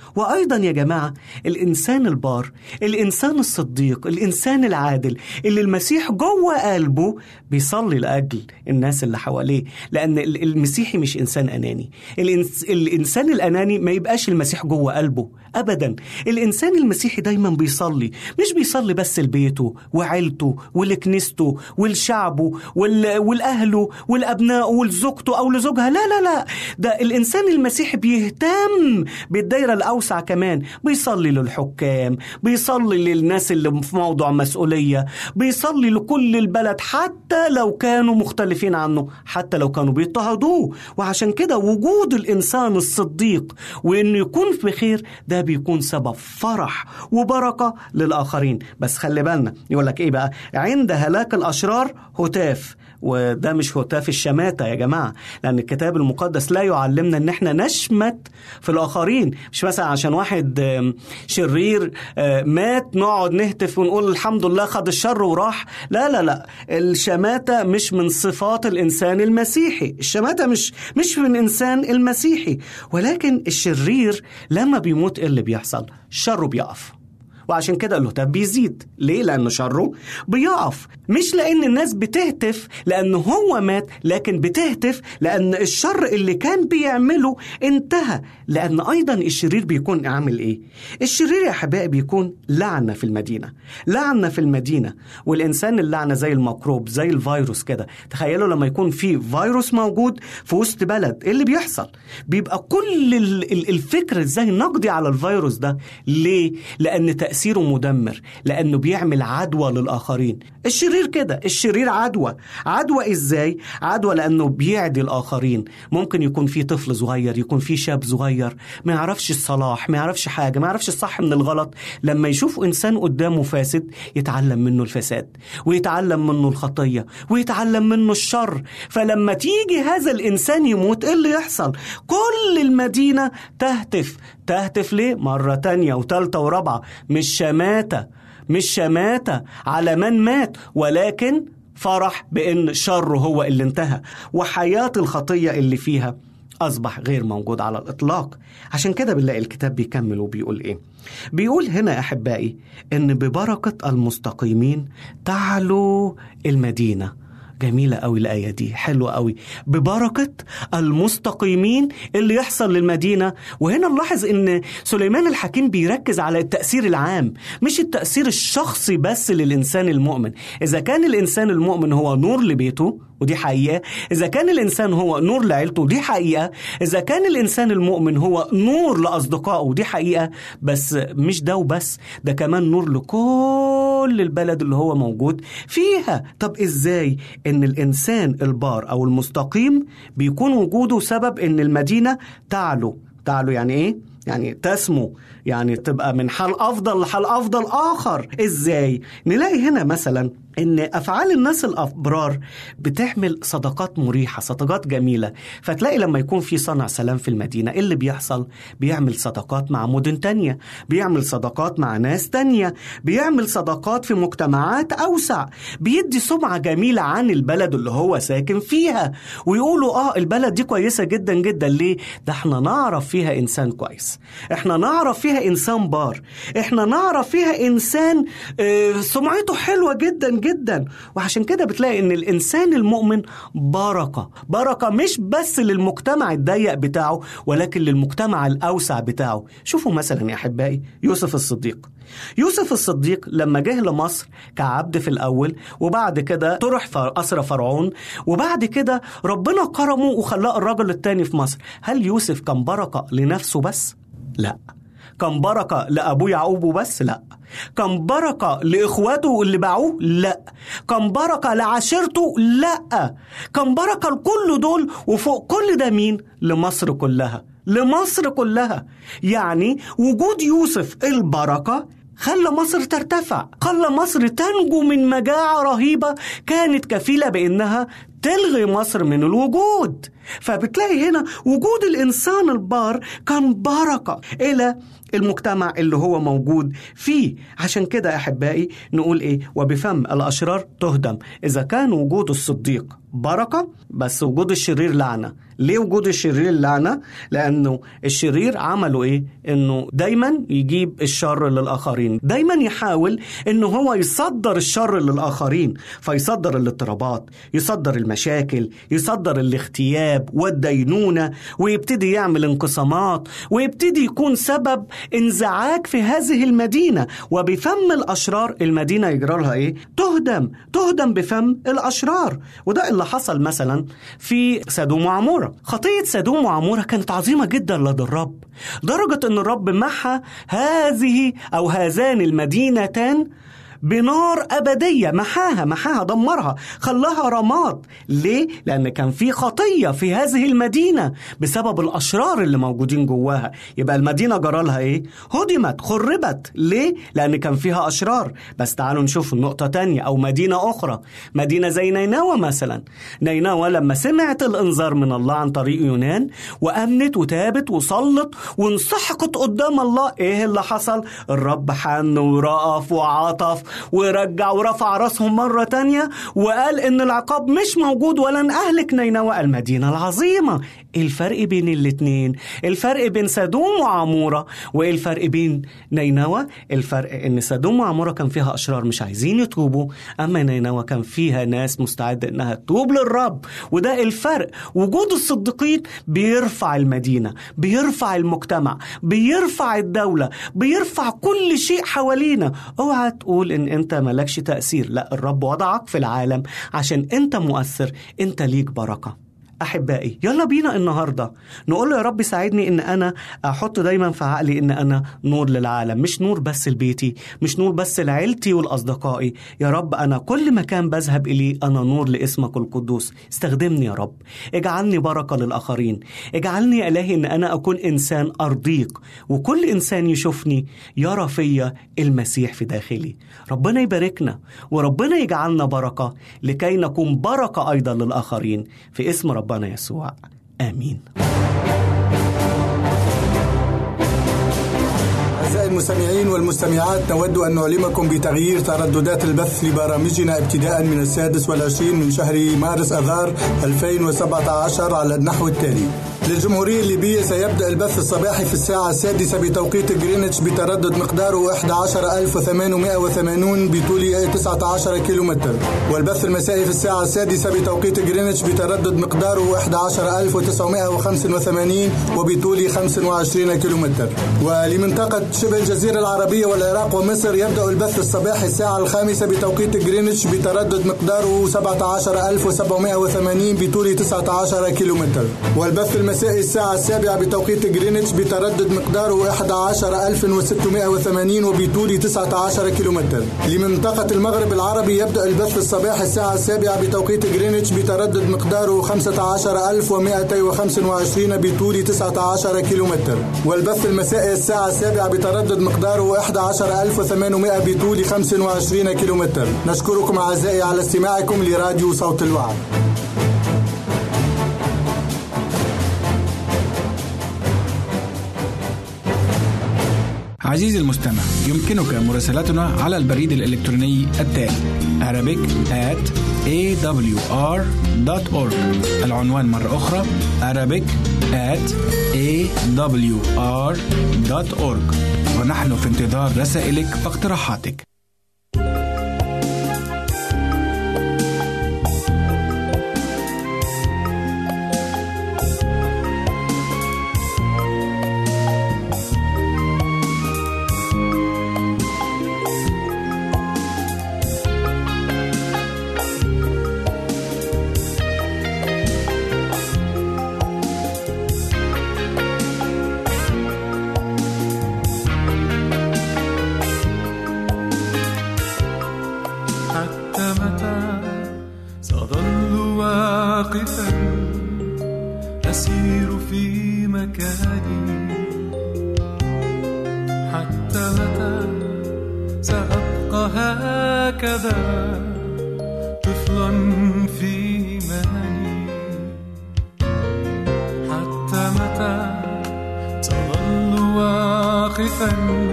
وأيضا يا جماعة الإنسان البار، الإنسان الصديق، الإنسان العادل اللي المسيح جوه قلبه بيصلي لأجل الناس اللي حواليه، لأن المسيحي مش إنسان أناني. الإنس... الإنسان الأناني ما يبقاش المسيح جوه قلبه أبدا. الإنسان المسيحي دايما بيصلي، مش بيصلي بس لبيته وعيلته ولكنيسته ولشعبه وال... والأهله والأبناء ولزوجته أو لزوجها، لا لا لا، ده الإنسان المسيحي بيهتم بالدائرة الأوسع كمان. بيصلي للحكام، بيصلي للناس اللي في موضوع مسؤولية، بيصلي لكل البلد حتى لو كانوا مختلفين عنه، حتى لو كانوا بيضطهدوه. وعشان كده وجود الإنسان الصديق وإنه يكون في خير ده بيكون سبب فرح وبركة للآخرين. بس خلي بالنا، يقولك إيه بقى؟ عند هلاك الأشرار هتاف. وده مش هتاف الشماتة يا جماعة، لأن الكتاب المقدس لا يعلمنا أن احنا نشمت في الآخرين. مش مثلا عشان واحد شرير مات نقعد نهتف ونقول الحمد لله خد الشر وراح. لا لا لا، الشماتة مش من صفات الإنسان المسيحي. الشماتة مش مش من الإنسان المسيحي. ولكن الشرير لما بيموت إيه اللي بيحصل؟ شره بيقف. وعشان كده الهتاف بيزيد. ليه؟ لأنه شره بيقف. مش لأن الناس بتهتف لأنه هو مات، لكن بتهتف لأن الشر اللي كان بيعمله انتهى. لأن أيضا الشرير بيكون عامل إيه؟ الشرير يا حبائي بيكون لعنة في المدينة، لعنة في المدينة. والإنسان اللعنة زي الميكروب، زي الفيروس كده. تخيلوا لما يكون في فيروس موجود في وسط بلد، إيه اللي بيحصل؟ بيبقى كل الفكر إزاي نقضي على الفيروس ده. ليه؟ لأن تأثير تأثيره مدمر، لأنه بيعمل عدوى للآخرين. الشرير كده، الشرير عدوى. عدوى إزاي؟ عدوى لأنه بيعدي الآخرين. ممكن يكون في طفل صغير، يكون في شاب صغير ما يعرفش الصلاح، ما يعرفش حاجة، ما يعرفش الصح من الغلط. لما يشوف إنسان قدامه فاسد يتعلم منه الفساد، ويتعلم منه الخطية، ويتعلم منه الشر. فلما تيجي هذا الإنسان يموت، إيه اللي يحصل؟ كل المدينة تهتف. تهتف ليه؟ مرة تانية وتالتة ورابعة. مش شماتة، مش شماتة على من مات، ولكن فرح بأن شره هو اللي انتهى، وحياة الخطية اللي فيها أصبح غير موجود على الإطلاق. عشان كده بنلاقي الكتاب بيكمل وبيقول إيه؟ بيقول هنا أحبائي إن ببركة المستقيمين تعلو المدينة. جميلة قوي الآية دي، حلوة قوي. ببركة المستقيمين اللي يحصل للمدينة. وهنا نلاحظ إن سليمان الحكيم بيركز على التأثير العام، مش التأثير الشخصي بس للإنسان المؤمن. إذا كان الإنسان المؤمن هو نور لبيته، ودي حقيقة. إذا كان الإنسان هو نور لعيلته، دي حقيقة. إذا كان الإنسان المؤمن هو نور لأصدقائه، دي حقيقة. بس مش ده وبس، ده كمان نور لكل البلد اللي هو موجود فيها. طب إزاي إن الإنسان البار أو المستقيم بيكون وجوده سبب إن المدينة تعلو؟ تعلو يعني إيه؟ يعني تسمو، يعني تبقى من حال أفضل لحال أفضل آخر. إزاي؟ نلاقي هنا مثلا إن أفعال الناس الأبرار بتعمل صداقات مريحة، صداقات جميلة. فتلاقي لما يكون في صنع سلام في المدينة، إيه اللي بيحصل؟ بيعمل صداقات مع مدن تانية، بيعمل صداقات مع ناس تانية، بيعمل صداقات في مجتمعات أوسع، بيدي سمعة جميلة عن البلد اللي هو ساكن فيها. ويقولوا آه البلد دي كويسة جدا جدا. ليه؟ ده احنا نعرف فيها إنسان كويس، احنا نعرف فيها إنسان بار، احنا نعرف فيها إنسان اه سمعته حلوة جدا جدا جدا. وعشان كده بتلاقي ان الانسان المؤمن بركة، بركة مش بس للمجتمع الضيق بتاعه، ولكن للمجتمع الاوسع بتاعه. شوفوا مثلا يا احبائي يوسف الصديق. يوسف الصديق لما جه لمصر كعبد في الاول، وبعد كده طرح في اسر فرعون، وبعد كده ربنا كرمه وخلاه الرجل الثاني في مصر. هل يوسف كان بركة لنفسه بس؟ لا. كان بركة لأبوه يعقوب بس؟ لا. كان بركة لإخواته اللي باعوه؟ لا. كان بركة لعشيرته؟ لا. كان بركة لكل دول، وفوق كل ده مين؟ لمصر كلها، لمصر كلها. يعني وجود يوسف البركة خلى مصر ترتفع، خلى مصر تنجو من مجاعة رهيبة كانت كفيلة بأنها تلغي مصر من الوجود. فبتلاقي هنا وجود الإنسان البار كان بركة إلى المجتمع اللي هو موجود فيه. عشان كده أحبائي نقول إيه؟ وبفم الأشرار تهدم. إذا كان وجود الصديق بركة، بس وجود الشرير لعنة. ليه وجود الشرير لعنة؟ لأنه الشرير عمله إيه؟ إنه دايما يجيب الشر للآخرين، دايما يحاول إنه هو يصدر الشر للآخرين، فيصدر الاضطرابات، يصدر المشاكل، يصدر الاغتياب والدينونة، ويبتدي يعمل انقسامات، ويبتدي يكون سبب انزعاج في هذه المدينة. وبفم الأشرار المدينة يجرى لها إيه؟ تهدم، تهدم بفم الأشرار. وده اللي حصل مثلا في سدوم وعمورة. خطية سدوم وعمورة كانت عظيمة جدا لدى الرب، درجة أن الرب محى هذه أو هذان المدينتان بنار أبدية. محاها محاها دمرها، خلاها رماد. ليه؟ لأن كان في خطية في هذه المدينة بسبب الأشرار اللي موجودين جواها. يبقى المدينة جرالها إيه؟ هدمت، خربت. ليه؟ لأن كان فيها أشرار. بس تعالوا نشوف النقطة تانية أو مدينة أخرى، مدينة زي نينوى مثلا. نينوى لما سمعت الإنذار من الله عن طريق يونان وأمنت وتابت وصلت وانسحقت قدام الله، إيه اللي حصل؟ الرب حن ورأف وعطف ورجع ورفع راسهم مرة تانية وقال إن العقاب مش موجود ولن أهلك نينوى المدينة العظيمة. إيه الفرق بين الاتنين؟ الفرق بين سدوم وعمورة وإيه الفرق بين نينوى؟ الفرق إن سدوم وعمورة كان فيها أشرار مش عايزين يتوبوا، أما نينوى كان فيها ناس مستعدة إنها تتوب للرب. وده الفرق. وجود الصديقين بيرفع المدينة، بيرفع المجتمع، بيرفع الدولة، بيرفع كل شيء حوالينا. اوعى تقول إن أنت ملكش تأثير، لا، الرب وضعك في العالم عشان أنت مؤثر، أنت ليك بركة. أحبائي يلا بينا النهاردة نقول له يا رب ساعدني إن أنا أحط دايما في عقلي إن أنا نور للعالم، مش نور بس لبيتي، مش نور بس لعيلتي والأصدقائي. يا رب أنا كل مكان بذهب إليه أنا نور لاسمك القدوس. استخدمني يا رب، اجعلني بركة للآخرين، اجعلني يا إلهي إن أنا أكون إنسان أرضيك، وكل إنسان يشوفني يرى فيا المسيح في داخلي. ربنا يباركنا وربنا يجعلنا بركة لكي نكون بركة أيضا للآخرين في اسم رب ربنا يسوع، آمين. أعزائي المستمعين والمستمعات، نود أن نعلمكم بتغيير ترددات البث لبرامجنا ابتداء من السادس والعشرين من شهر مارس أذار ألفين وسبعة عشر على النحو التالي: للجمهورية الليبية سيبدأ البث الصباحي في الساعة السادسة بتوقيت جرينتش بتردد مقداره أحد عشر ألف وثمانمائة وثمانين بطول تسعة عشر كيلومتر، والبث المسائي في الساعة السادسة بتوقيت جرينتش بتردد مقداره أحد عشر ألف وتسعمائة وخمسة وثمانين وبطول خمسة وعشرين كيلومتر. ولمنطقة شبه الجزيرة العربية والعراق ومصر يبدأ البث الصباحي الساعة الخامسة بتوقيت جرينتش بتردد مقداره سبعة عشر ألف وسبعمائة وثمانين بطول تسعة عشر كيلومتر، والبث المسائي الساعة السابعة بتوقيت جرينتش بتردد مقداره أحد عشر ألف وستمائة وثمانين وبطول تسعة عشر كيلومتر. لمنطقة المغرب العربي يبدأ البث الصباحي الساعة السابعة بتوقيت جرينتش بتردد مقداره خمسة عشر ألف ومائتين وخمسة وعشرين بطول تسعة عشر كيلومتر، والبث المسائي الساعة السابعة بتردد مقداره أحد عشر ألف وثمانمائة بطول خمسة وعشرين كيلومتر. نشكركم أعزائي على استماعكم لراديو صوت الوعد. عزيزي المستمع، يمكنك مراسلتنا على البريد الإلكتروني التالي arabic at a w r dot org. العنوان مرة أخرى arabic at a w r dot org، ونحن في انتظار رسائلك واقتراحاتك. أسير في مكاني، حتى متى سأبقى هكذا طفلا في مهني؟ واقفا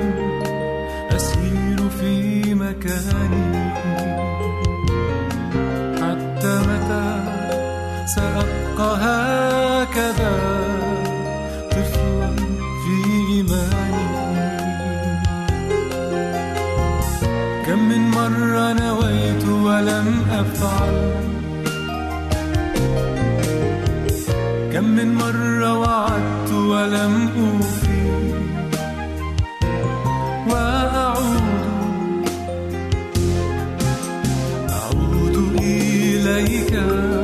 أسير في مكاني، حتى متى سأبقى هكذا طفلا في إيماني. كم من مرة نويت ولم أفعل، كم من مرة وعدت ولم أوفي، وأعود أعود إليك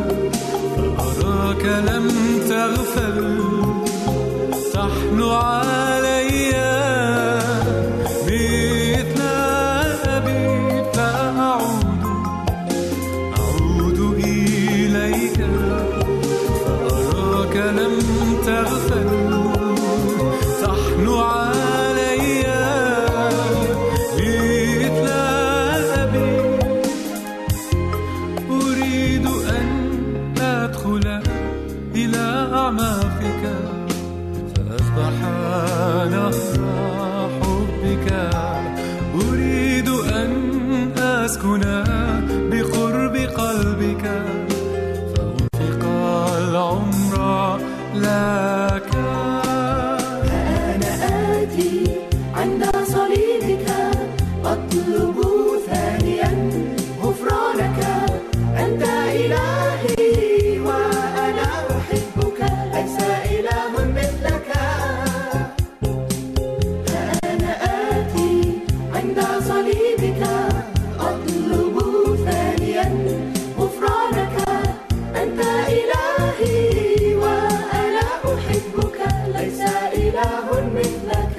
فأراك لم تغفل تحن علي مثل أبي. فأعود أعود إليك فأراك لم تغفل تحن علي مثل أبي. أريد أن أدخل إلى أعماقك فأصبح نهر حبك. أريد أن أسكن بقرب قلبك فأنفق العمر لك. أنا آتي عند صليبك أطلب ثانيا غفرانك. أنت إلهي وأنا أحبك، ليس إله مثلك. أنا آتي عند صليبك أطلب ثانيا غفرانك. أنت إلهي وأنا أحبك، ليس إله مثلك.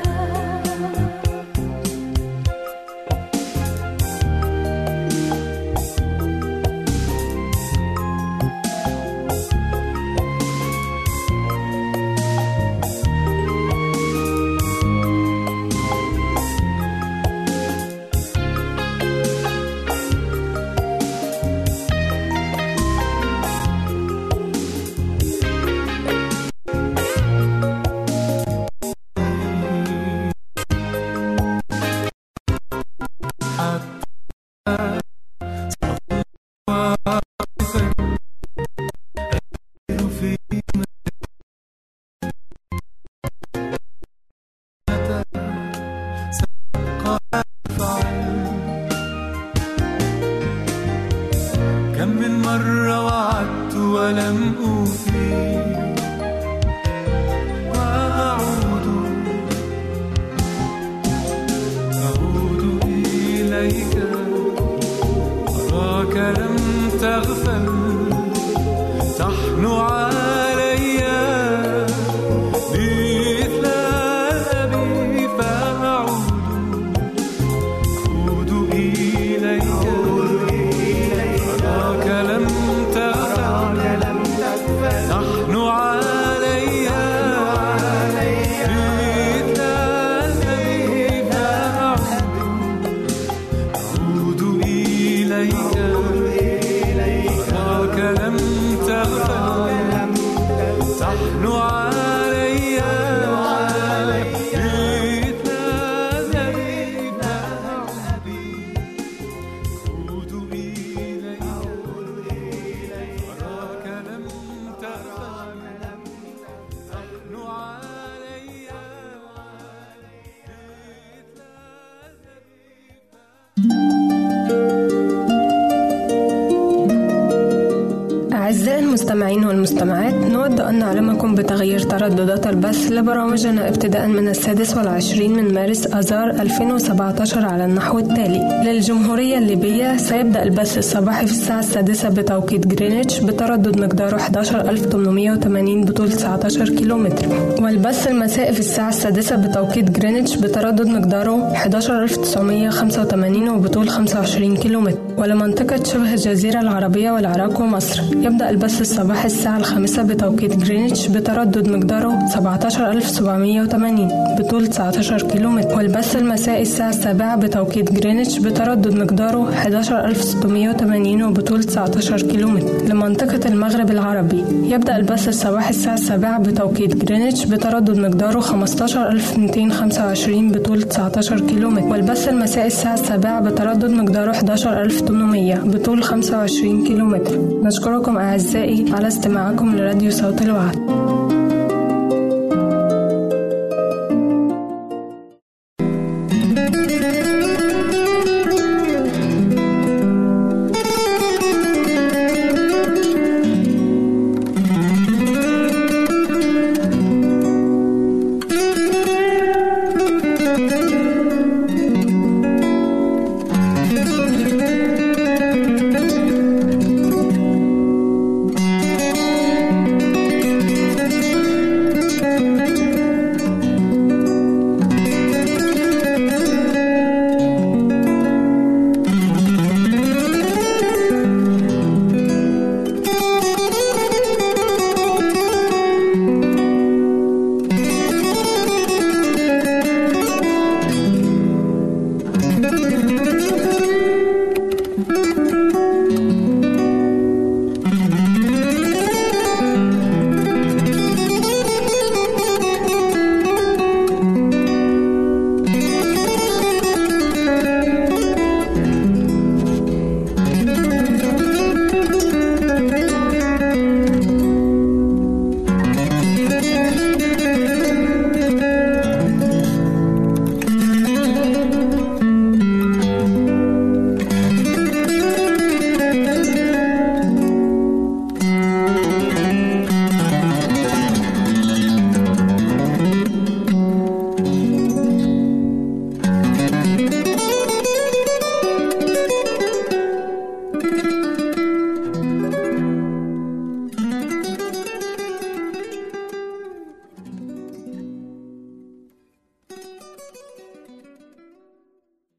كم من مرة وعدت ولم أوفي، وأعود أعود إليك أراك لم تغفل تحن علي مثل أبي. فأعود أعود إليك أراك لم تغفل تحن علي مثل أبي. أعود إليك أراك لم تغفل تحن علي مثل أبي. أعود إليك أراك لم تغفل تحن علي. أعزائي المستمعين والمستمعات، نود أن نعلمكم بتغيير ترددات البث لبرامجنا ابتداء من السادس والعشرين من مارس آذار ألفين وسبعة عشر على النحو التالي. للجمهورية الليبية سيبدأ البث الصباحي في الساعة السادسة بتوقيت جرينتش بتردد مقداره أحد عشر ألف وثمانمائة وثمانين بطول تسعة عشر كيلومتر، والبث المسائي في الساعة السادسة بتوقيت جرينتش بتردد مقداره أحد عشر ألف وتسعمائة وخمسة وثمانين وبطول خمسة وعشرين كيلومتر، ولمنطقة شبه الجزيرة العربية والعراق ومصر. يبدأ البث الصباحي الساعة الخامسة بتوقيت جرينتش بتردد مقداره سبعة عشر ألف وسبعمائة وثمانين بطول تسعة عشر كيلومتر، والبث المسائي الساعة السابعة بتوقيت جرينتش بتردد مقداره أحد عشر ألف وستمائة وثمانين وبطول تسعة عشر كيلومتر. لمنطقة المغرب العربي يبدأ البث الصباحي الساعة السابعة بتوقيت جرينتش بتردد مقداره خمسة عشر ألف ومئتين وخمسة وعشرين بطول تسعة عشر كيلومتر، والبث المسائي الساعة السابعة بتردد مقداره أحد عشر ألف وثمانمائة بطول خمسة وعشرين كيلومتر. نشكركم أعزائي على استماعكم لراديو صوت الوعد.